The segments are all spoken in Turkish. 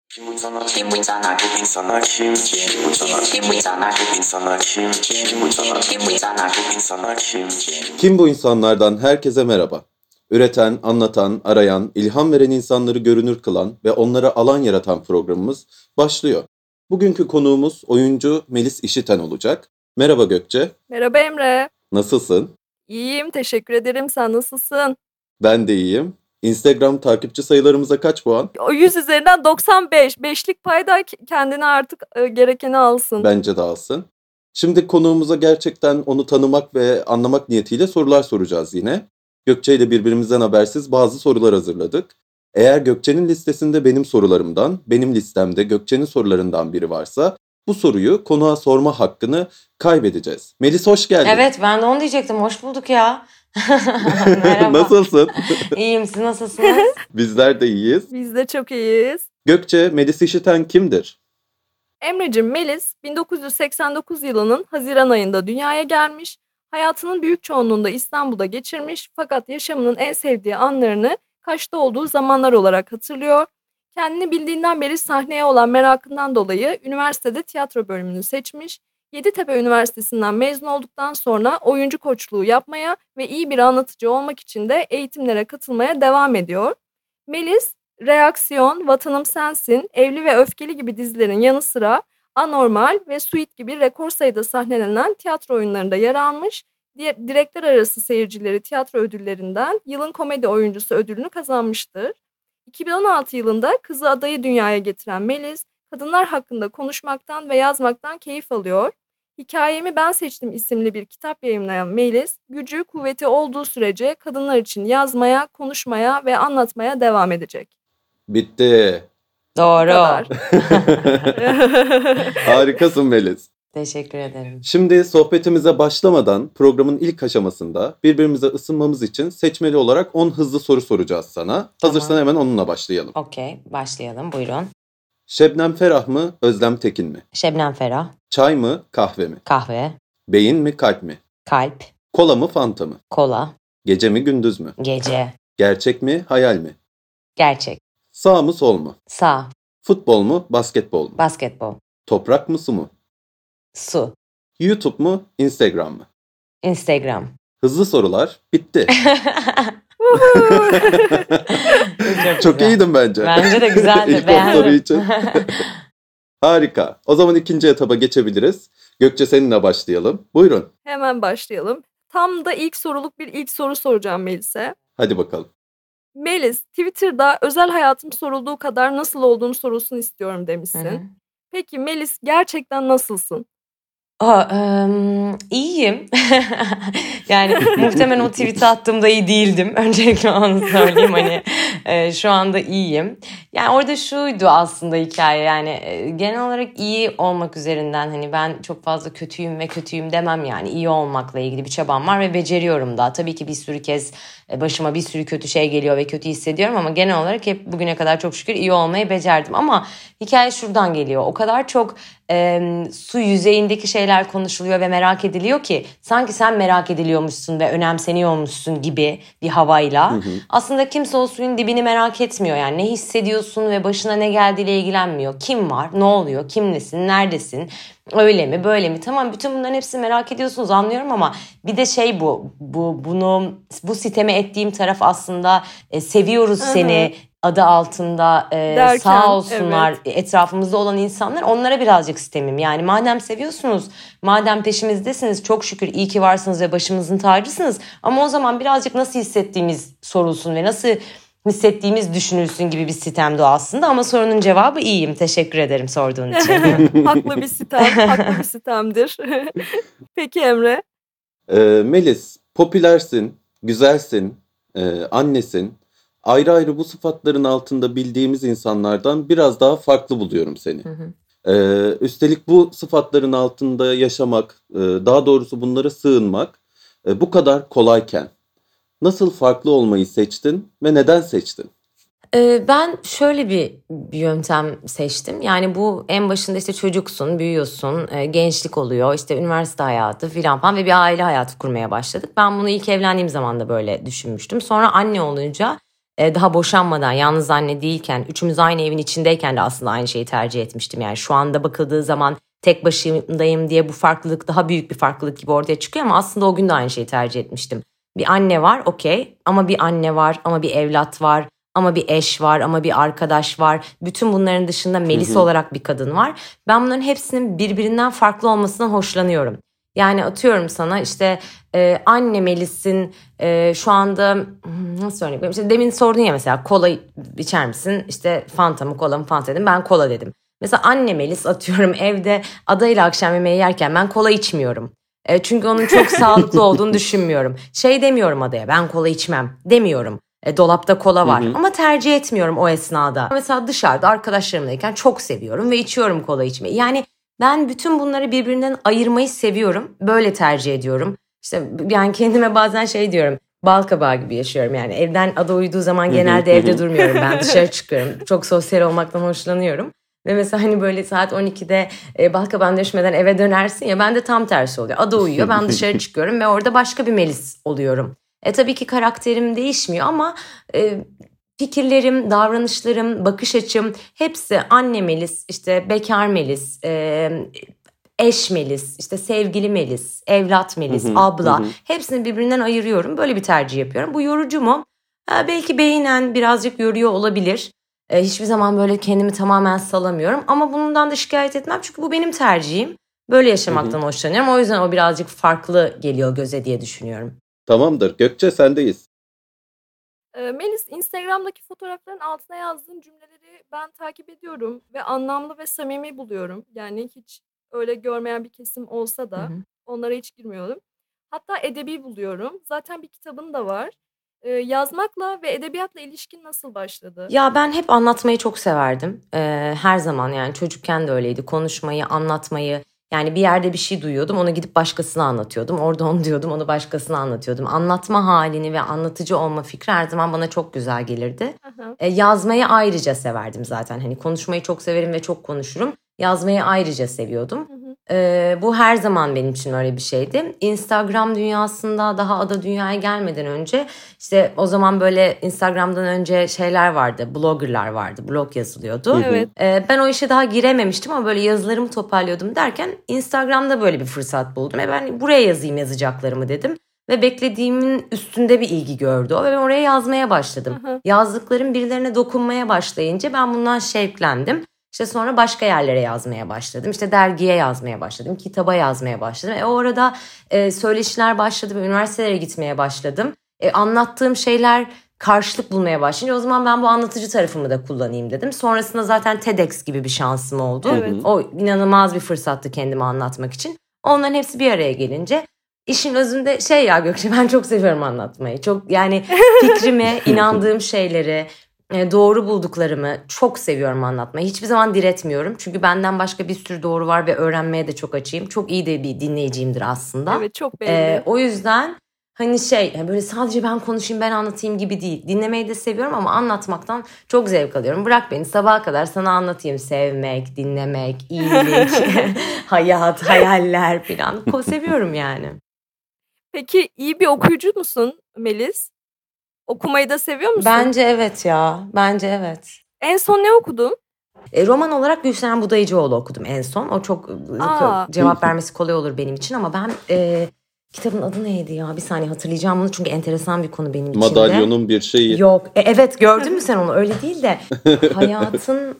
Kim bu insanlar? Kim bu insanlar? Bu insanlar kim? Kim bu insanlar? Kim bu insanlar? Bu insanlar kim? Kim bu insanlar? Kim bu insanlar? Bu insanlar kim? Kim bu insanlardan herkese merhaba. Üreten, anlatan, arayan, ilham veren insanları görünür kılan ve onlara alan yaratan programımız başlıyor. Bugünkü konuğumuz oyuncu Melis İşiten olacak. Merhaba Gökçe. Merhaba Emre. Nasılsın? İyiyim, teşekkür ederim. Sen nasılsın? Ben de iyiyim. Instagram takipçi sayılarımıza kaç puan? O 100 üzerinden 95. Beşlik payda kendine artık gerekeni alsın. Bence de alsın. Şimdi konuğumuza gerçekten onu tanımak ve anlamak niyetiyle sorular soracağız yine. Gökçe ile birbirimizden habersiz bazı sorular hazırladık. Eğer Gökçe'nin listesinde benim sorularımdan, benim listemde Gökçe'nin sorularından biri varsa bu soruyu konuğa sorma hakkını kaybedeceğiz. Melis hoş geldin. Evet, ben de onu diyecektim. Hoş bulduk ya. Merhaba. Nasılsın? İyiyim, siz nasılsınız? Bizler de iyiyiz. Biz de çok iyiyiz. Gökçe, Melis İşiten kimdir? Emre'cim, Melis 1989 yılının Haziran ayında dünyaya gelmiş. Hayatının büyük çoğunluğunda İstanbul'da geçirmiş fakat yaşamının en sevdiği anlarını Kaş'ta olduğu zamanlar olarak hatırlıyor. Kendini bildiğinden beri sahneye olan merakından dolayı üniversitede tiyatro bölümünü seçmiş. Yeditepe Üniversitesi'nden mezun olduktan sonra oyuncu koçluğu yapmaya ve iyi bir anlatıcı olmak için de eğitimlere katılmaya devam ediyor. Melis, Reaksiyon, Vatanım Sensin, Evli ve Öfkeli gibi dizilerin yanı sıra Anormal ve Suit gibi rekor sayıda sahnelenen tiyatro oyunlarında yer almış. Direktör arası seyircileri tiyatro ödüllerinden yılın komedi oyuncusu ödülünü kazanmıştır. 2016 yılında kızı adayı dünyaya getiren Melis, kadınlar hakkında konuşmaktan ve yazmaktan keyif alıyor. Hikayemi Ben Seçtim isimli bir kitap yayımlayan Melis, gücü, kuvveti olduğu sürece kadınlar için yazmaya, konuşmaya ve anlatmaya devam edecek. Bitti. Bu Doğru. kadar. Harikasın Melis. Teşekkür ederim. Şimdi sohbetimize başlamadan programın ilk aşamasında birbirimize ısınmamız için seçmeli olarak 10 hızlı soru soracağız sana. Hazırsan hemen onunla başlayalım. Okey, başlayalım. Buyurun. Şebnem Ferah mı, Özlem Tekin mi? Şebnem Ferah, Çay mı, kahve mi? kahve, Beyin mi, kalp mi? kalp, Kola mı, fanta mı? kola, Gece mi, gündüz mü? gece, Gerçek mi, hayal mi? gerçek, Sağ mı, sol mu? sağ, Futbol mu, basketbol mu? basketbol, Toprak mı, su mu? su, YouTube mu, Instagram mı? Instagram. Hızlı sorular bitti. Çok Çok güzel. iyiydim bence. Bence de güzeldi. İlk 10 beğendim. soru için. Harika. O zaman ikinci etaba geçebiliriz. Gökçe seninle başlayalım. Buyurun. Hemen başlayalım. Tam da ilk soru soracağım Melis'e. Hadi bakalım. Melis, Twitter'da özel hayatım sorulduğu kadar nasıl olduğunu sorulsun istiyorum Hı demişsin. hı. Peki Melis, gerçekten nasılsın? İyiyim. Yani muhtemelen o tweet'i attığımda iyi değildim. Öncelikle onu söyleyeyim hani şu anda iyiyim. Yani orada şuydu aslında hikaye yani genel olarak iyi olmak üzerinden hani ben çok fazla kötüyüm ve kötüyüm demem yani iyi olmakla ilgili bir çabam var ve beceriyorum da. Tabii ki bir sürü kez başıma bir sürü kötü şey geliyor ve kötü hissediyorum ama genel olarak hep bugüne kadar çok şükür iyi olmayı becerdim. Ama hikaye şuradan geliyor. O kadar çok su yüzeyindeki şeyler konuşuluyor ve merak ediliyor ki sanki sen merak ediliyormuşsun ve önemseniyormuşsun gibi bir havayla. Aslında kimse o suyun dibini merak etmiyor yani ne hissediyorsun ve başına ne geldiğiyle ilgilenmiyor. Kim var, ne oluyor, kimlesin, neredesin, öyle mi, böyle mi? Tamam bütün bunların hepsini merak ediyorsunuz anlıyorum ama bir de şey bu siteme ettiğim taraf aslında seviyoruz seni adı altında Derken, sağ olsunlar evet. etrafımızda olan insanlar onlara birazcık sitemim. Yani madem seviyorsunuz, madem peşimizdesiniz çok şükür iyi ki varsınız ve başımızın tacısınız ama o zaman birazcık nasıl hissettiğimiz sorulsun ve nasıl hissettiğimiz düşünülsün gibi bir sitemdi o aslında ama sorunun cevabı iyiyim. Teşekkür ederim sorduğun için. Haklı bir sitemdir. Peki Emre? Melis, popülersin, güzelsin, annesin. Ayrı ayrı bu sıfatların altında bildiğimiz insanlardan biraz daha farklı buluyorum seni. Üstelik bu sıfatların altında yaşamak, daha doğrusu bunlara sığınmak bu kadar kolayken nasıl farklı olmayı seçtin ve neden seçtin? Ben şöyle bir yöntem seçtim. Yani bu en başında işte çocuksun, büyüyorsun, gençlik oluyor, işte üniversite hayatı filan falan ve bir aile hayatı kurmaya başladık. Ben bunu ilk evlendiğim zaman da böyle düşünmüştüm. Sonra anne olunca Daha boşanmadan, yalnız anne değilken, üçümüz aynı evin içindeyken de aslında aynı şeyi tercih etmiştim. Yani şu anda bakıldığı zaman tek başımdayım diye bu farklılık daha büyük bir farklılık gibi ortaya çıkıyor ama aslında o gün de aynı şeyi tercih etmiştim. Bir anne var, okey, ama bir anne var, ama bir evlat var, ama bir eş var, ama bir arkadaş var. Bütün bunların dışında Melis olarak bir kadın var. Ben bunların hepsinin birbirinden farklı olmasından hoşlanıyorum. Yani atıyorum sana işte anne Melis'in şu anda nasıl örnek vereyim? İşte demin sordun ya mesela kola içer misin? İşte Fanta mı kola mı? Fanta dedim, ben kola dedim. Mesela anne Melis atıyorum evde adayla akşam yemeği yerken ben kola içmiyorum. Çünkü onun çok sağlıklı olduğunu düşünmüyorum. Şey demiyorum adaya, ben kola içmem demiyorum. Dolapta kola var ama tercih etmiyorum o esnada. Mesela dışarıda arkadaşlarımdayken çok seviyorum ve içiyorum kola içmeyi. Yani ben bütün bunları birbirinden ayırmayı seviyorum. Böyle tercih ediyorum. İşte yani kendime bazen şey diyorum. Bal kabağı gibi yaşıyorum yani. Evden ada uyuduğu zaman genelde evde durmuyorum. Ben dışarı çıkıyorum. Çok sosyal olmaktan hoşlanıyorum. Ve mesela hani böyle saat 12'de bal kabağına düşmeden eve dönersin ya, ben de tam tersi oluyor. Ada uyuyor, ben dışarı çıkıyorum ve orada başka bir Melis oluyorum. Tabii ki karakterim değişmiyor ama fikirlerim, davranışlarım, bakış açım hepsi anne Melis, işte bekar Melis, eş Melis, işte sevgili Melis, evlat Melis, abla. Hepsini birbirinden ayırıyorum. Böyle bir tercih yapıyorum. Bu yorucu mu? Belki beynen birazcık yoruyor olabilir. Hiçbir zaman böyle kendimi tamamen salamıyorum. Ama bundan da şikayet etmem. Çünkü bu benim tercihim. Böyle yaşamaktan hoşlanıyorum. O yüzden o birazcık farklı geliyor göze diye düşünüyorum. Tamamdır. Gökçe sendeyiz. Melis, Instagram'daki fotoğrafların altına yazdığın cümleleri ben takip ediyorum ve anlamlı ve samimi buluyorum. Yani hiç öyle görmeyen bir kesim olsa da onlara hiç girmiyorum. Hatta edebi buluyorum. Zaten bir kitabın da var. Yazmakla ve edebiyatla ilişkin nasıl başladı? Ya ben hep anlatmayı çok severdim. Her zaman yani çocukken de öyleydi. Konuşmayı, anlatmayı. Yani bir yerde bir şey duyuyordum, onu gidip başkasına anlatıyordum. Orada onu diyordum, onu başkasına anlatıyordum. Anlatma halini ve anlatıcı olma fikri her zaman bana çok güzel gelirdi. Yazmayı ayrıca severdim zaten. Hani konuşmayı çok severim ve çok konuşurum. Yazmayı ayrıca seviyordum. Bu her zaman benim için öyle bir şeydi. Instagram dünyasında daha ada dünyaya gelmeden önce işte o zaman böyle Instagram'dan önce şeyler vardı, bloggerlar vardı, blog yazılıyordu. Evet. Ben o işe daha girememiştim ama böyle yazılarımı toparlıyordum derken Instagram'da böyle bir fırsat buldum. Ben buraya yazayım yazacaklarımı dedim. Ve beklediğimin üstünde bir ilgi gördü o ve ben oraya yazmaya başladım. Yazdıklarım birilerine dokunmaya başlayınca ben bundan şevklendim. İşte sonra başka yerlere yazmaya başladım. İşte dergiye yazmaya başladım, kitaba yazmaya başladım. O arada söyleşiler başladı ve üniversitelere gitmeye başladım. Anlattığım şeyler karşılık bulmaya başlayınca o zaman ben bu anlatıcı tarafımı da kullanayım dedim. Sonrasında zaten TEDx gibi bir şansım oldu. Evet. O inanılmaz bir fırsattı kendimi anlatmak için. Onların hepsi bir araya gelince işin özünde şey ya Gökçe, ben çok seviyorum anlatmayı. Çok yani fikrimi, inandığım şeyleri, doğru bulduklarımı çok seviyorum anlatmayı. Hiçbir zaman diretmiyorum. Çünkü benden başka bir sürü doğru var ve öğrenmeye de çok açayım. Çok iyi de bir dinleyiciyimdir aslında. Evet, çok belli. O yüzden hani böyle sadece ben konuşayım, ben anlatayım gibi değil. Dinlemeyi de seviyorum ama anlatmaktan çok zevk alıyorum. Bırak beni sabaha kadar sana anlatayım. Sevmek, dinlemek, iyilik, hayat, hayaller falan. Seviyorum yani. Peki iyi bir okuyucu musun Melis? Okumayı da seviyor musun? Bence evet ya. Bence evet. En son ne okudun? Roman olarak Gülseren Budayıcıoğlu okudum en son. O çok cevap vermesi kolay olur benim için ama ben kitabın adı neydi ya? Bir saniye hatırlayacağım bunu çünkü enteresan bir konu benim için de. Madalyonun bir şeyi. Yok. Evet, gördün mü sen onu? Öyle değil de hayatın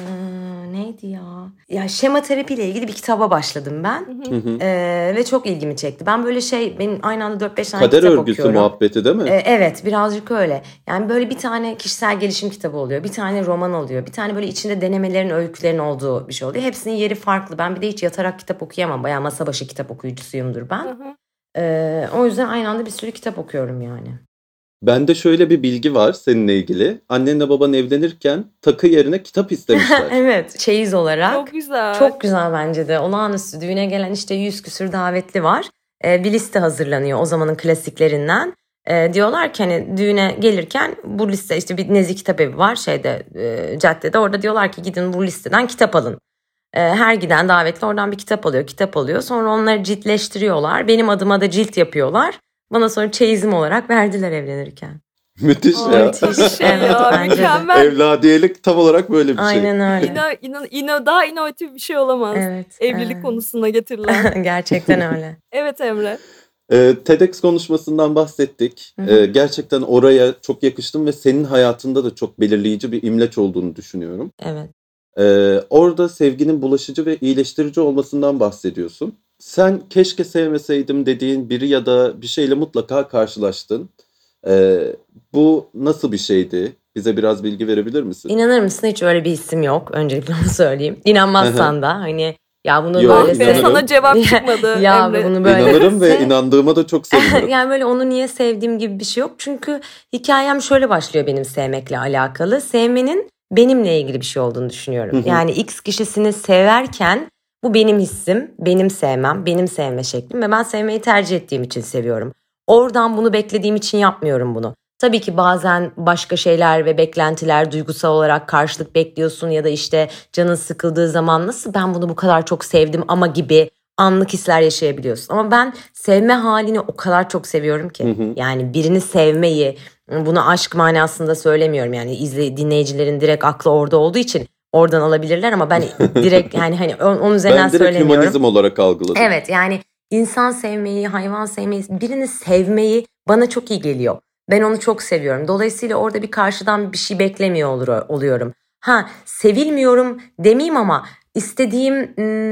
neydi ya? Ya şema terapiyle ilgili bir kitaba başladım ben. Ve çok ilgimi çekti. Ben böyle benim aynı anda 4-5 tane Kader kitap örgüsü okuyorum. muhabbeti değil mi? Evet, birazcık öyle. Yani böyle bir tane kişisel gelişim kitabı oluyor. Bir tane roman oluyor. Bir tane böyle içinde denemelerin, öykülerin olduğu bir şey oluyor. Hepsinin yeri farklı. Ben bir de hiç yatarak kitap okuyamam. Bayağı masa başı kitap okuyucusuyumdur ben. O yüzden aynı anda bir sürü kitap okuyorum yani. Bende şöyle bir bilgi var seninle ilgili. Annenle baban evlenirken takı yerine kitap istemişler. Evet, çeyiz olarak. Çok güzel. Çok güzel bence de. Olağanüstü. Düğüne gelen işte 100 küsür davetli var. Bir liste hazırlanıyor o zamanın klasiklerinden. Diyorlar ki hani düğüne gelirken bu liste işte bir Nezi Kitabevi var caddede. Orada diyorlar ki gidin bu listeden kitap alın. Her giden davetli oradan bir kitap alıyor. Sonra onları ciltleştiriyorlar. Benim adıma da cilt yapıyorlar. Bana sonra çeyizim olarak verdiler evlenirken. Müthiş Aa, ya. Müthiş. şey Evet, ya, bence de. mükemmel. Evladiyelik tam olarak böyle bir şey. Aynen öyle. Daha inovatif bir şey olamaz. Evet. Evlilik konusuna getirilen. Gerçekten öyle. Evet Emre. TEDx konuşmasından bahsettik. Hı hı. Gerçekten oraya çok yakıştım ve senin hayatında da çok belirleyici bir imleç olduğunu düşünüyorum. Evet. Orada sevginin bulaşıcı ve iyileştirici olmasından bahsediyorsun. Sen keşke sevmeseydim dediğin biri ya da bir şeyle mutlaka karşılaştın. Bu nasıl bir şeydi? Bize biraz bilgi verebilir misin? İnanır mısın, hiç öyle bir hissim yok. Öncelikle onu söyleyeyim. Hı hı. İnanmazsan da hani ya bunu Yo, Ah böyle be, inanırım. sana cevap çıkmadı ya Emre. bunu böyle İnanırım ve inandığıma da çok sevinirim. yani böyle onu niye sevdiğim gibi bir şey yok. Çünkü hikayem şöyle başlıyor benim sevmekle alakalı. Sevmenin benimle ilgili bir şey olduğunu düşünüyorum. Yani X kişisini severken bu benim hissim, benim sevmem, benim sevme şeklim ve ben sevmeyi tercih ettiğim için seviyorum. Oradan bunu beklediğim için yapmıyorum bunu. Tabii ki bazen başka şeyler ve beklentiler, duygusal olarak karşılık bekliyorsun ya da işte canın sıkıldığı zaman nasıl ben bunu bu kadar çok sevdim ama gibi anlık hisler yaşayabiliyorsun. Ama ben sevme halini o kadar çok seviyorum ki. Yani birini sevmeyi, bunu aşk manasında söylemiyorum. Yani dinleyicilerin direkt aklı orada olduğu için oradan alabilirler ama ben direkt yani hani onun üzerinden Ben direkt söylemiyorum. hümanizm olarak algıladım. Evet, yani insan sevmeyi, hayvan sevmeyi, birini sevmeyi bana çok iyi geliyor. Ben onu çok seviyorum. Dolayısıyla orada bir karşıdan bir şey beklemiyor oluyorum. Sevilmiyorum demeyeyim ama istediğim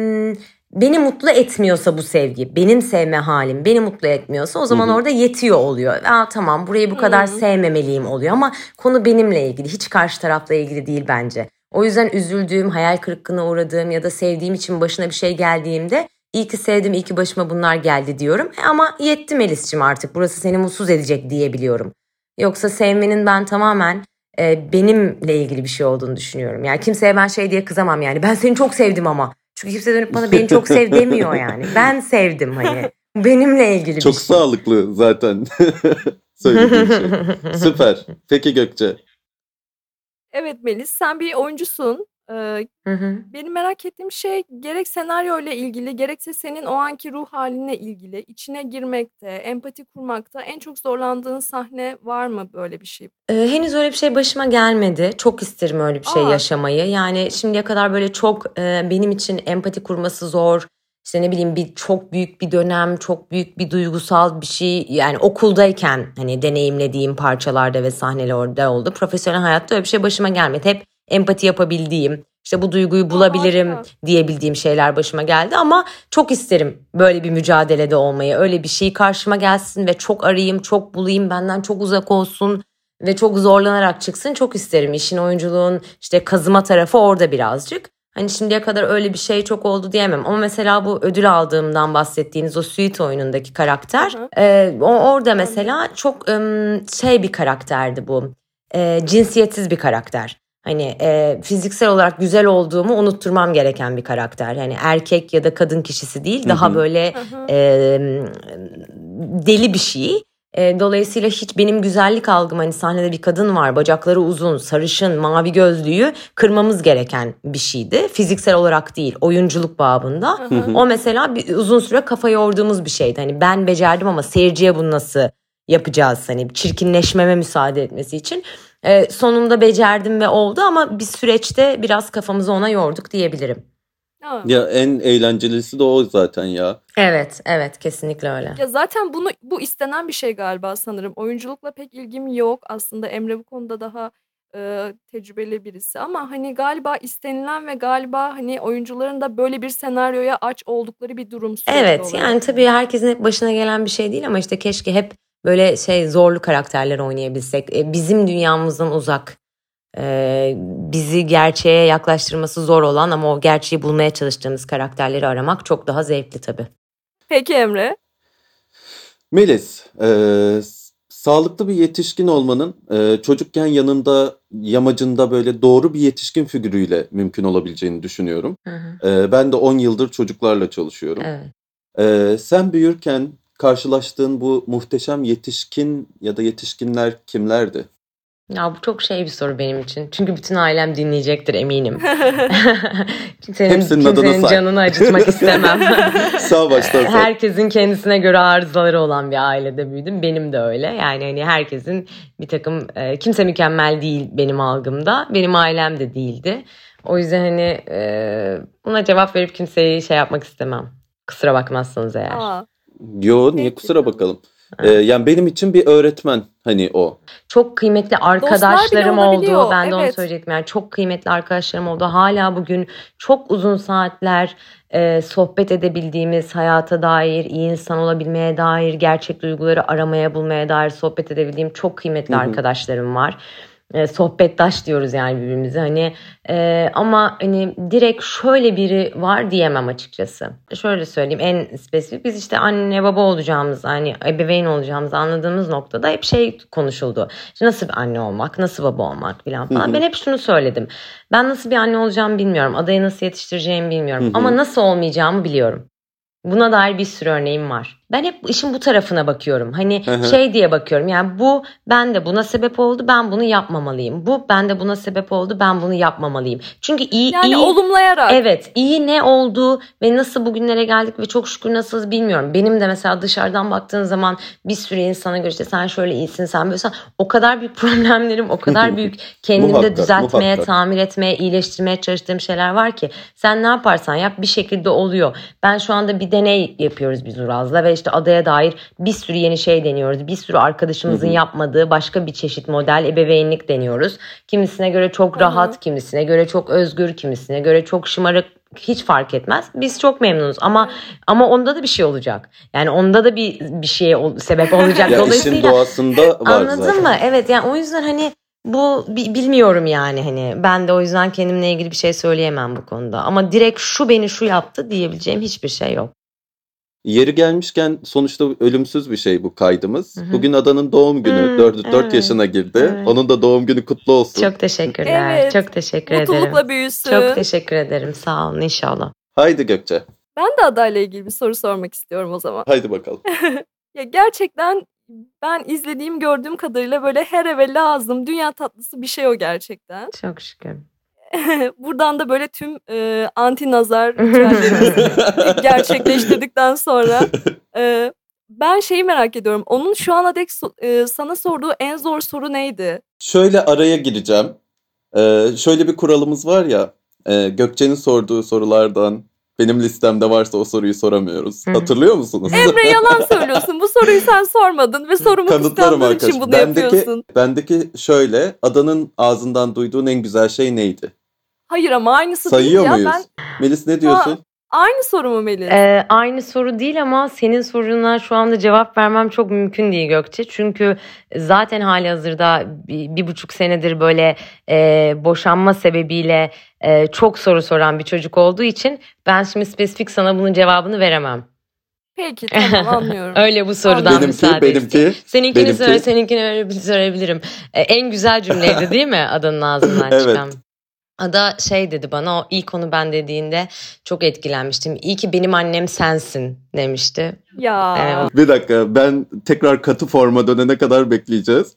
beni mutlu etmiyorsa bu sevgi, benim sevme halim beni mutlu etmiyorsa o zaman orada yetiyor oluyor. Tamam, burayı bu kadar sevmemeliyim oluyor ama konu benimle ilgili, hiç karşı tarafla ilgili değil bence. O yüzden üzüldüğüm, hayal kırıklığına uğradığım ya da sevdiğim için başına bir şey geldiğimde iyi ki sevdim, iyi ki başıma bunlar geldi diyorum. Ama yetti Melis'ciğim, artık burası seni mutsuz edecek diyebiliyorum. Yoksa sevmenin ben tamamen benimle ilgili bir şey olduğunu düşünüyorum. Yani kimseye ben şey diye kızamam yani. Ben seni çok sevdim ama. Çünkü kimse dönüp bana beni çok sev demiyor yani. Ben sevdim hani. Benimle ilgili Çok bir şey. sağlıklı zaten söylediğin şey. Süper. Peki Gökçe. Evet Melis, sen bir oyuncusun. Benim merak ettiğim şey gerek senaryo ile ilgili gerekse senin o anki ruh haline ilgili içine girmekte, empati kurmakta en çok zorlandığın sahne var mı böyle bir şey? Henüz öyle bir şey başıma gelmedi. Çok isterim öyle bir şey Aa. yaşamayı. Yani şimdiye kadar böyle çok benim için empati kurması zor. İşte ne bileyim çok büyük bir dönem, çok büyük bir duygusal bir şey. Yani okuldayken hani deneyimlediğim parçalarda ve sahnelerde oldu. Profesyonel hayatta öyle bir şey başıma gelmedi. Hep empati yapabildiğim, işte bu duyguyu bulabilirim harika. diyebildiğim şeyler başıma geldi. Ama çok isterim böyle bir mücadelede olmayı. Öyle bir şey karşıma gelsin ve çok arayayım, çok bulayım, benden çok uzak olsun. Ve çok zorlanarak çıksın, çok isterim. İşin, oyunculuğun işte kazıma tarafı orada birazcık. Hani şimdiye kadar öyle bir şey çok oldu diyemem. Ama mesela bu ödül aldığımdan bahsettiğiniz o Suite oyunundaki karakter. Orada mesela çok şey bir karakterdi bu. Cinsiyetsiz bir karakter. Hani fiziksel olarak güzel olduğumu unutturmam gereken bir karakter. Yani erkek ya da kadın kişisi değil. Daha böyle deli bir şey. Dolayısıyla hiç benim güzellik algım, hani sahnede bir kadın var, bacakları uzun, sarışın, mavi gözlüyü kırmamız gereken bir şeydi. Fiziksel olarak değil, oyunculuk babında. O mesela uzun süre kafa yorduğumuz bir şeydi. Hani ben becerdim ama seyirciye bunu nasıl yapacağız? Hani çirkinleşmeme müsaade etmesi için. Sonunda becerdim ve oldu ama bir süreçte biraz kafamızı ona yorduk diyebilirim. Ya en eğlencelisi de o zaten ya. Evet, kesinlikle öyle. Ya zaten bu istenen bir şey galiba sanırım. Oyunculukla pek ilgim yok. Aslında Emre bu konuda daha tecrübeli birisi ama hani galiba istenilen ve galiba hani oyuncuların da böyle bir senaryoya aç oldukları bir durum sürekli Evet, olarak. yani tabii herkesin hep başına gelen bir şey değil ama işte keşke hep böyle zorlu karakterler oynayabilsek. Bizim dünyamızdan uzak, bizi gerçeğe yaklaştırması zor olan ama o gerçeği bulmaya çalıştığımız karakterleri aramak çok daha zevkli tabii. Peki Emre? Melis, sağlıklı bir yetişkin olmanın çocukken yanında, yamacında böyle doğru bir yetişkin figürüyle mümkün olabileceğini düşünüyorum. Ben de 10 yıldır çocuklarla çalışıyorum. Evet. Sen büyürken karşılaştığın bu muhteşem yetişkin ya da yetişkinler kimlerdi? Ya bu çok şey bir soru benim için. Çünkü bütün ailem dinleyecektir eminim. Hepsinin adını Kimsenin say. canını acıtmak istemem. Sağ baştan say. Herkesin kendisine göre arızaları olan bir ailede büyüdüm. Benim de öyle. Yani hani herkesin bir takım kimse mükemmel değil benim algımda. Benim ailem de değildi. O yüzden hani buna cevap verip kimseyi şey yapmak istemem. Kusura bakmazsanız eğer. Aa, Yo, niye peki. kusura bakalım. Yani benim için bir öğretmen hani o. Çok kıymetli Dostlar bile arkadaşlarım oldu. olabiliyor. Ben de onu Evet. söyleyecektim. Yani çok kıymetli arkadaşlarım oldu. Hala bugün çok uzun saatler sohbet edebildiğimiz, hayata dair, iyi insan olabilmeye dair, gerçek duyguları aramaya bulmaya dair sohbet edebildiğim çok kıymetli Hı hı. arkadaşlarım var. Sohbettaş diyoruz yani birbirimize hani ama hani direkt şöyle biri var diyemem açıkçası. Şöyle söyleyeyim, en spesifik biz işte anne baba olacağımız, hani ebeveyn olacağımızı anladığımız noktada hep şey konuşuldu. İşte nasıl bir anne olmak, nasıl baba olmak falan Hı falan. hı. Ben hep şunu söyledim. Ben nasıl bir anne olacağımı bilmiyorum. Adayı nasıl yetiştireceğimi bilmiyorum. Hı hı. Ama nasıl olmayacağımı biliyorum. Buna dair bir sürü örneğim var. Ben hep işin bu tarafına bakıyorum. Hani Hı hı. şey diye bakıyorum. Yani bu bende buna sebep oldu. Ben bunu yapmamalıyım. Bu bende buna sebep oldu. Ben bunu yapmamalıyım. Çünkü Yani olumlayarak. evet, iyi ne oldu ve nasıl bugünlere geldik ve çok şükür nasılız bilmiyorum. Benim de mesela dışarıdan baktığın zaman bir sürü insana göre işte sen şöyle iyisin, sen böylesin. O kadar büyük problemlerim, o kadar büyük kendimde Muhakkak, düzeltmeye, muhakkak. tamir etmeye, iyileştirmeye çalıştığım şeyler var ki sen ne yaparsan yap bir şekilde oluyor. Ben şu anda bir deney yapıyoruz biz Uraz'la ve işte adaya dair bir sürü yeni şey deniyoruz. Bir sürü arkadaşımızın Hı hı. yapmadığı başka bir çeşit model ebeveynlik deniyoruz. Kimisine göre çok Hı rahat, hı. kimisine göre çok özgür, kimisine göre çok şımarık, hiç fark etmez. Biz çok memnunuz ama onda da bir şey olacak. Yani onda da bir şeye sebep olacak. Ya işin Dolayısıyla doğasında var anladın zaten. mı? Evet, yani o yüzden hani bu bilmiyorum yani, hani ben de o yüzden kendimle ilgili bir şey söyleyemem bu konuda. Ama direkt şu beni şu yaptı diyebileceğim hiçbir şey yok. Yeri gelmişken sonuçta ölümsüz bir şey bu kaydımız. Hı hı. Bugün Adanın doğum günü. 4 Evet, yaşına girdi. evet. Onun da doğum günü kutlu olsun. Çok teşekkürler. Evet. Çok teşekkür ederim. Mutlulukla büyüsün. Çok teşekkür ederim. Sağ olun inşallah. Haydi Gökçe. Ben de adayla ilgili bir soru sormak istiyorum o zaman. Haydi bakalım. Ya gerçekten ben izlediğim, gördüğüm kadarıyla böyle her eve lazım, dünya tatlısı bir şey o gerçekten. Çok şükür. Buradan da böyle tüm anti nazar ritüellerimizi gerçekleştirdikten sonra ben şeyi merak ediyorum. Onun şu ana dek sana sorduğu en zor soru neydi? Şöyle araya gireceğim. Şöyle bir kuralımız var ya. Gökçe'nin sorduğu sorulardan benim listemde varsa o soruyu soramıyoruz. Hı hı. Hatırlıyor musunuz? Emre yalan söylüyorsun. Bu soruyu sen sormadın ve sorumu Kanıtlarım kıskandığın için arkadaşlar. bunu yapıyorsun. Bendeki şöyle. Adanın ağzından duyduğun en güzel şey neydi? Hayır ama aynısı Sayıyor değil ya. muyuz? Ben Melis ne diyorsun? aynı soru mu Melis? Aynı soru değil ama senin soruna şu anda cevap vermem çok mümkün değil Gökçe. Çünkü zaten halihazırda 1,5 senedir böyle boşanma sebebiyle çok soru soran bir çocuk olduğu için ben şimdi spesifik sana bunun cevabını veremem. Peki tamam anlıyorum. Öyle bu sorudan müsaade Benimki. isteyin. Seninkini benimki. söyle, seninkini öyle bir sorabilirim. En güzel cümleydi değil mi Adanın ağzından Evet. çıkan? Ada şey dedi bana, o ilk onu ben dediğinde çok etkilenmiştim. İyi ki benim annem sensin demişti. Ya. Bir dakika, ben tekrar katı forma dönene kadar bekleyeceğiz.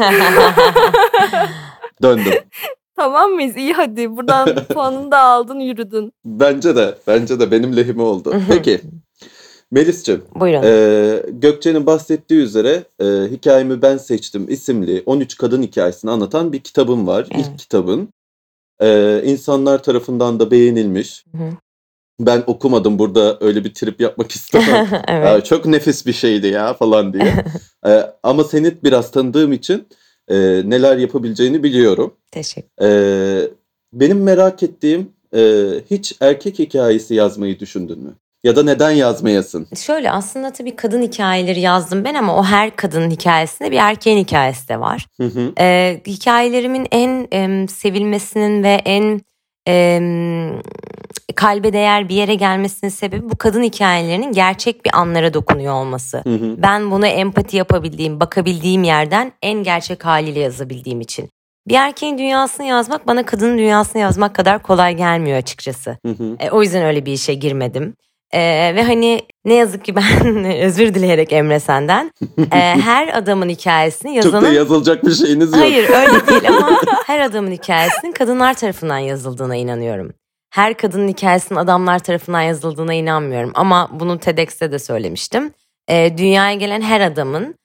Döndüm. Tamam mıyız? İyi hadi. Buradan puanını da aldın, yürüdün. Bence de benim lehime oldu. Peki. Melis'ciğim, Buyurun. Gökçe'nin bahsettiği üzere Hikayemi Ben Seçtim isimli 13 kadın hikayesini anlatan bir kitabım var. Evet. İlk kitabın. İnsanlar tarafından da beğenilmiş. Hı hı. Ben okumadım, burada öyle bir trip yapmak istemem. Evet. Çok nefis bir şeydi ya falan diye. Ama seni biraz tanıdığım için neler yapabileceğini biliyorum. Teşekkür. Benim merak ettiğim, hiç erkek hikayesi yazmayı düşündün mü? Ya da neden yazmayasın? Şöyle, aslında tabii kadın hikayeleri yazdım ben ama o her kadının hikayesinde bir erkeğin hikayesi de var. Hı hı. Hikayelerimin en sevilmesinin ve en kalbe değer bir yere gelmesinin sebebi bu kadın hikayelerinin gerçek bir anlara dokunuyor olması. Hı hı. Ben bunu empati yapabildiğim, bakabildiğim yerden en gerçek haliyle yazabildiğim için. Bir erkeğin dünyasını yazmak bana kadının dünyasını yazmak kadar kolay gelmiyor açıkçası. Hı hı. O yüzden öyle bir işe girmedim. Ve hani ne yazık ki ben özür dileyerek Emre senden her adamın hikayesini Çok da yazanın... yazılacak bir şeyiniz yok. Hayır öyle değil ama her adamın hikayesinin kadınlar tarafından yazıldığına inanıyorum. Her kadının hikayesinin adamlar tarafından yazıldığına inanmıyorum. Ama bunu TEDx'te de söylemiştim. Dünyaya gelen her adamın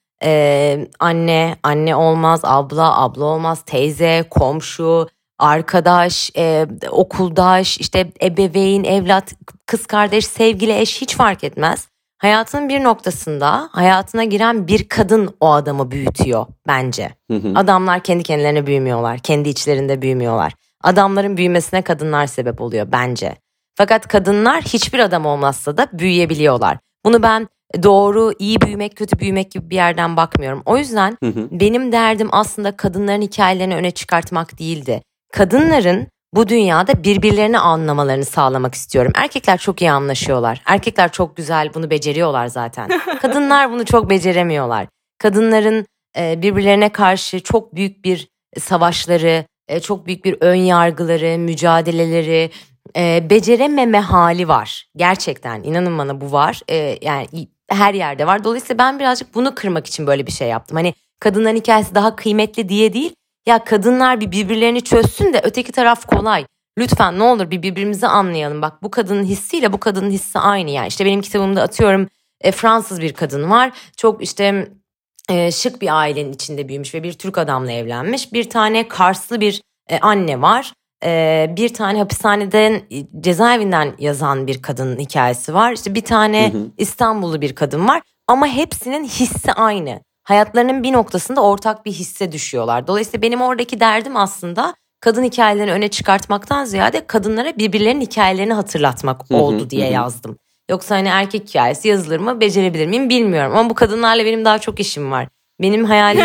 anne olmaz, abla olmaz, teyze, komşu, arkadaş, okuldaş, işte ebeveyn, evlat, kız kardeş, sevgili, eş hiç fark etmez. Hayatının bir noktasında hayatına giren bir kadın o adamı büyütüyor bence. Adamlar kendi kendilerine büyümüyorlar, kendi içlerinde büyümüyorlar. Adamların büyümesine kadınlar sebep oluyor bence. Fakat kadınlar hiçbir adam olmazsa da büyüyebiliyorlar. Bunu ben doğru, iyi büyümek, kötü büyümek gibi bir yerden bakmıyorum. O yüzden benim derdim aslında kadınların hikayelerini öne çıkartmak değildi. Kadınların bu dünyada birbirlerini anlamalarını sağlamak istiyorum. Erkekler çok iyi anlaşıyorlar. Erkekler çok güzel bunu beceriyorlar zaten. Kadınlar bunu çok beceremiyorlar. Kadınların birbirlerine karşı çok büyük bir savaşları, çok büyük bir ön yargıları, mücadeleleri, becerememe hali var. Gerçekten inanın bana bu var. Yani her yerde var. Dolayısıyla ben birazcık bunu kırmak için böyle bir şey yaptım. Hani kadınların hikayesi daha kıymetli diye değil. Ya kadınlar birbirlerini çözsün de öteki taraf kolay. Lütfen ne olur birbirimizi anlayalım. Bak bu kadının hissiyle bu kadının hissi aynı. Yani işte benim kitabımda atıyorum Fransız bir kadın var. Çok işte şık bir ailenin içinde büyümüş ve bir Türk adamla evlenmiş. Bir tane Karslı bir anne var. Bir tane hapishaneden, cezaevinden yazan bir kadının hikayesi var. İşte bir tane İstanbullu bir kadın var. Ama hepsinin hissi aynı. Hayatlarının bir noktasında ortak bir hisse düşüyorlar. Dolayısıyla benim oradaki derdim aslında kadın hikayelerini öne çıkartmaktan ziyade kadınlara birbirlerinin hikayelerini hatırlatmak oldu diye yazdım. Yoksa hani erkek hikayesi yazılır mı, becerebilir miyim bilmiyorum. Ama bu kadınlarla benim daha çok işim var. Benim hayalim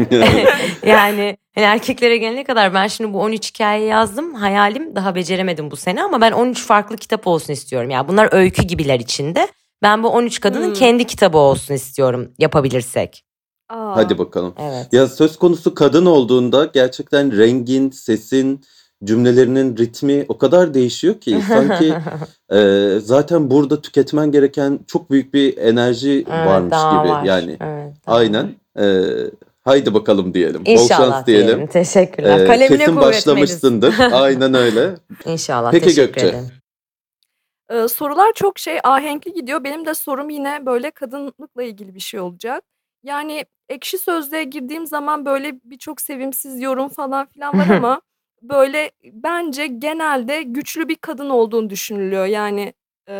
yani hani erkeklere gelene kadar ben şimdi bu 13 hikaye yazdım. Hayalim daha beceremedim bu sene ama ben 13 farklı kitap olsun istiyorum. Yani bunlar öykü gibiler içinde. Ben bu 13 kadının kendi kitabı olsun istiyorum yapabilirsek. Hadi bakalım. Evet. Ya söz konusu kadın olduğunda gerçekten rengin, sesin, cümlelerinin ritmi o kadar değişiyor ki sanki zaten burada tüketmen gereken çok büyük bir enerji varmış gibi. Var. Yani evet, aynen. Haydi bakalım diyelim. İnşallah bol şans diyelim. Teşekkürler. Kalemine kesin kuvvet başlamışsındır. Aynen öyle. İnşallah. Peki teşekkür Gökçe. ederim. Sorular çok ahenkli gidiyor. Benim de sorum yine böyle kadınlıkla ilgili bir şey olacak. Yani Ekşi Sözlüğe girdiğim zaman böyle birçok sevimsiz yorum falan filan var ama böyle bence genelde güçlü bir kadın olduğunu düşünülüyor. Yani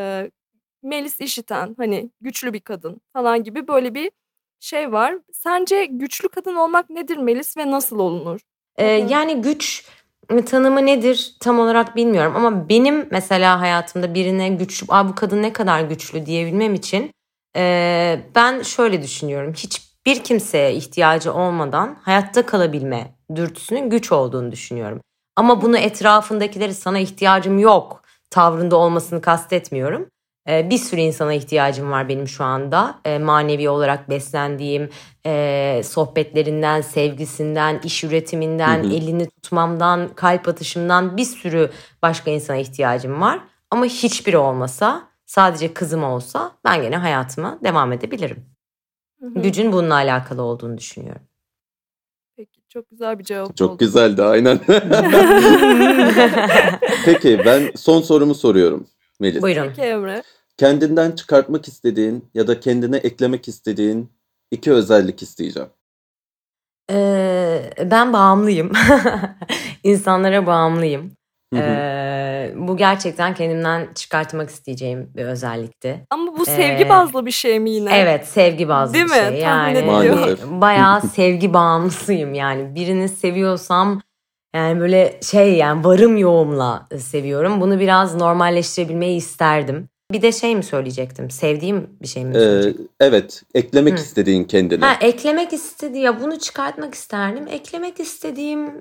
Melis İşiten hani güçlü bir kadın falan gibi böyle bir şey var. Sence güçlü kadın olmak nedir Melis ve nasıl olunur? Yani güç tanımı nedir tam olarak bilmiyorum ama benim mesela hayatımda birine güçlü, bu kadın ne kadar güçlü diyebilmem için ben şöyle düşünüyorum. Hiçbir kimseye ihtiyacı olmadan hayatta kalabilme dürtüsünün güç olduğunu düşünüyorum. Ama bunu etrafındakileri sana ihtiyacım yok tavrında olmasını kastetmiyorum. Bir sürü insana ihtiyacım var benim şu anda. Manevi olarak beslendiğim, sohbetlerinden, sevgisinden, iş üretiminden, elini tutmamdan, kalp atışımdan bir sürü başka insana ihtiyacım var. Ama hiçbiri olmasa, sadece kızım olsa ben gene hayatıma devam edebilirim. Gücün bununla alakalı olduğunu düşünüyorum. Peki çok güzel bir cevap oldu. Çok güzeldi aynen. Peki ben son sorumu soruyorum Melis. Buyurun. Peki Emre. Kendinden çıkartmak istediğin ya da kendine eklemek istediğin 2 özellik isteyeceğim. Ben bağımlıyım. İnsanlara bağımlıyım. Bu gerçekten kendimden çıkartmak isteyeceğim bir özellikti. Ama bu sevgi bazlı bir şey mi yine? Evet, sevgi bazlı Değil bir mi? şey. Tahmin Yani ediyorum. Maalesef. bayağı sevgi bağımlısıyım yani. Birini seviyorsam yani böyle yani varım yoğumla seviyorum. Bunu biraz normalleştirebilmeyi isterdim. Bir de şey mi söyleyecektim? Sevdiğim bir şey mi söyleyecektim? Evet, eklemek istediğin kendine. Eklemek istediğim, ya bunu çıkartmak isterdim. Eklemek istediğim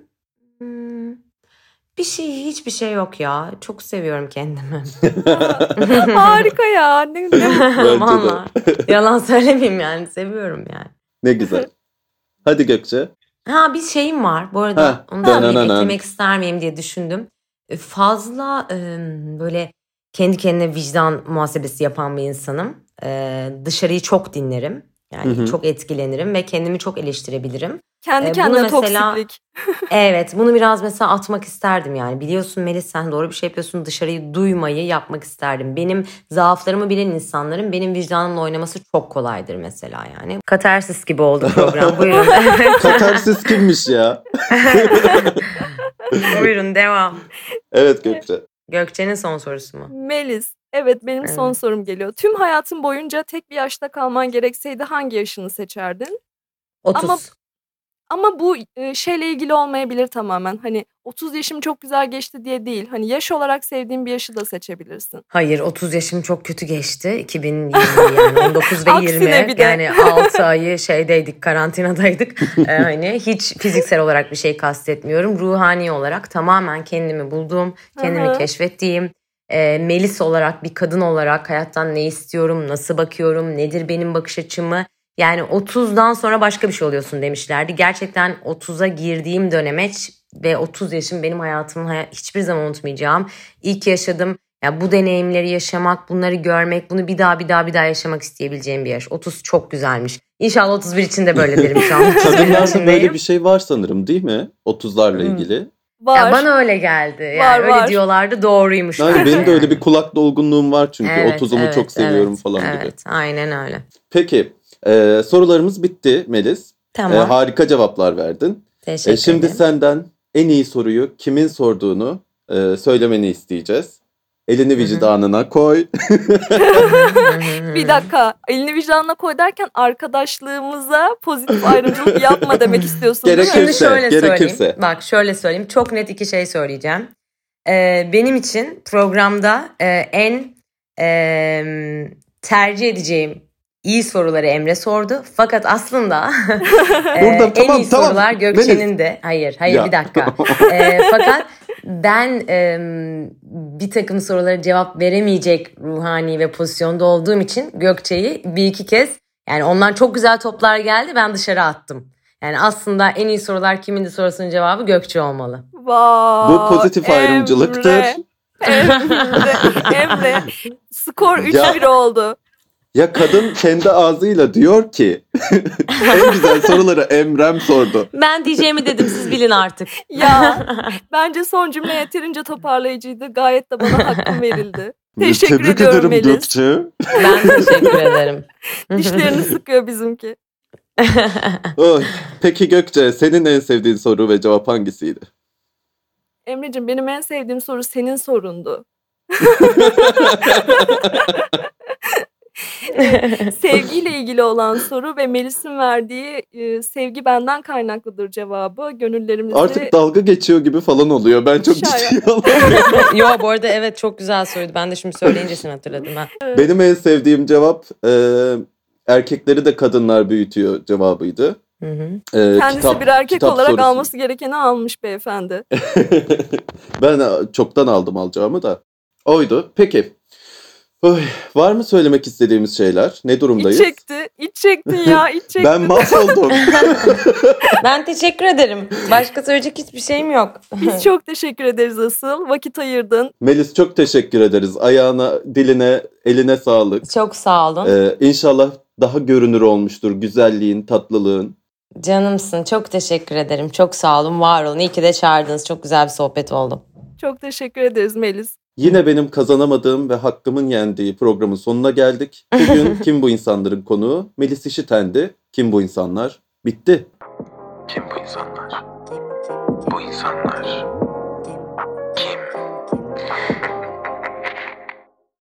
hiçbir şey yok ya. Çok seviyorum kendimi. Harika ya. Ne Vallahi. Yalan söylemeyeyim yani. Seviyorum yani. Ne güzel. Hadi Gökçe. Bir şeyim var. Bu arada onu da eklemek ister miyim diye düşündüm. Fazla böyle kendi kendine vicdan muhasebesi yapan bir insanım. Dışarıyı çok dinlerim. Yani çok etkilenirim ve kendimi çok eleştirebilirim. Kendi Bunu kendine mesela toksiklik. evet, bunu biraz mesela atmak isterdim yani. Biliyorsun Melis, sen doğru bir şey yapıyorsun. Dışarıyı duymayı yapmak isterdim. Benim zaaflarımı bilen insanların benim vicdanımla oynaması çok kolaydır mesela yani. Katarsis gibi oldu program. Buyurun. Katarsis kimmiş ya? Buyurun, devam. Evet Gökçe. Gökçe'nin son sorusu mu? Melis, evet benim son Evet. sorum geliyor. Tüm hayatın boyunca tek bir yaşta kalman gerekseydi hangi yaşını seçerdin? 30. Ama bu şeyle ilgili olmayabilir tamamen. Hani 30 yaşım çok güzel geçti diye değil. Hani yaş olarak sevdiğin bir yaşı da seçebilirsin. Hayır, 30 yaşım çok kötü geçti. 2020 yani 19 ve Aksine 20 bir de. yani 6 ayı şeydeydik, karantinadaydık. Hani hiç fiziksel olarak bir şey kastetmiyorum. Ruhani olarak tamamen kendimi bulduğum, kendimi Aha. keşfettiğim, Melis olarak, bir kadın olarak hayattan ne istiyorum, nasıl bakıyorum, nedir benim bakış açımı. Yani 30'dan sonra başka bir şey oluyorsun demişlerdi. Gerçekten 30'a girdiğim dönemeç ve 30 yaşım benim hayatımın hiçbir zaman unutmayacağım. İlk yaşadım. Ya bu deneyimleri yaşamak, bunları görmek, bunu bir daha yaşamak isteyebileceğim bir yaş. 30 çok güzelmiş. İnşallah 31 için de böyle derim şu an. 31 Kadınlarda içindeyim. böyle bir şey var sanırım değil mi? 30'larla ilgili. Var. Ya bana öyle geldi. Yani Var, öyle var. diyorlardı, doğruymuş. Yani bence benim de öyle yani. bir kulak dolgunluğum var çünkü. Evet, 30'umu çok seviyorum falan gibi. Evet, aynen öyle. Peki sorularımız bitti Melis. Tamam. Harika cevaplar verdin. Teşekkür Şimdi ederim. senden en iyi soruyu kimin sorduğunu söylemeni isteyeceğiz. Elini vicdanına koy. Bir dakika. Elini vicdanına koy derken arkadaşlığımıza pozitif ayrımcılık yapma demek istiyorsun değil mi? Gerekirse. Şimdi şöyle gerekirse. söyleyeyim. Bak şöyle söyleyeyim. Çok net iki şey söyleyeceğim. Benim için programda en tercih edeceğim iyi soruları Emre sordu. Fakat aslında Burada, en tamam, iyi sorular Gökçe'nin Melis. de. Hayır Ya. bir dakika. Fakat ben bir takım sorulara cevap veremeyecek ruhani ve pozisyonda olduğum için Gökçe'yi bir iki kez, yani ondan çok güzel toplar geldi, ben dışarı attım. Yani aslında en iyi sorular kimindi sorusunun cevabı Gökçe olmalı. Vay, Bu pozitif ayrımcılıktır. Emre. Skor 3-1 oldu. Ya kadın kendi ağzıyla diyor ki en güzel soruları Emrem sordu. Ben diyeceğimi dedim, siz bilin artık. Ya bence son cümle yeterince toparlayıcıydı. Gayet de bana hakkım verildi. Teşekkür Tebrik ediyorum ederim Melis. Gökçe. Ben teşekkür ederim. Dişlerini sıkıyor bizimki. Oy. Peki Gökçe, senin en sevdiğin soru ve cevap hangisiydi? Emre'cim, benim en sevdiğim soru senin sorundu. Sevgiyle ilgili olan soru ve Melis'in verdiği sevgi benden kaynaklıdır cevabı. Gönüllerimizi... Artık dalga geçiyor gibi falan oluyor. Ben çok Şaya. ciddiye alamıyorum. Yo, bu arada evet, çok güzel soruydu. Ben de şimdi söyleyince hatırladım ha. Benim en sevdiğim cevap erkekleri de kadınlar büyütüyor cevabıydı. Hı hı. Kendisi bir erkek kitap olarak sorusu. alması gerekeni almış beyefendi. Ben çoktan aldım alacağımı da. Oydu. Peki. Oy, var mı söylemek istediğimiz şeyler? Ne durumdayız? İç çektin ya, iç çektin. Ben mahvoldum. Ben teşekkür ederim. Başka söyleyecek hiçbir şeyim yok. Biz çok teşekkür ederiz asıl. Vakit ayırdın. Melis, çok teşekkür ederiz. Ayağına, diline, eline sağlık. Çok sağ olun. İnşallah daha görünür olmuştur güzelliğin, tatlılığın. Canımsın. Çok teşekkür ederim. Çok sağ olun. Var olun. İyi ki de çağırdınız. Çok güzel bir sohbet oldu. Çok teşekkür ederiz Melis. Yine benim kazanamadığım ve hakkımın yendiği programın sonuna geldik. Bugün Kim Bu İnsanlar'ın konuğu Melis İşiten'di. Kim bu insanlar? Bitti. Kim bu insanlar? Bu insanlar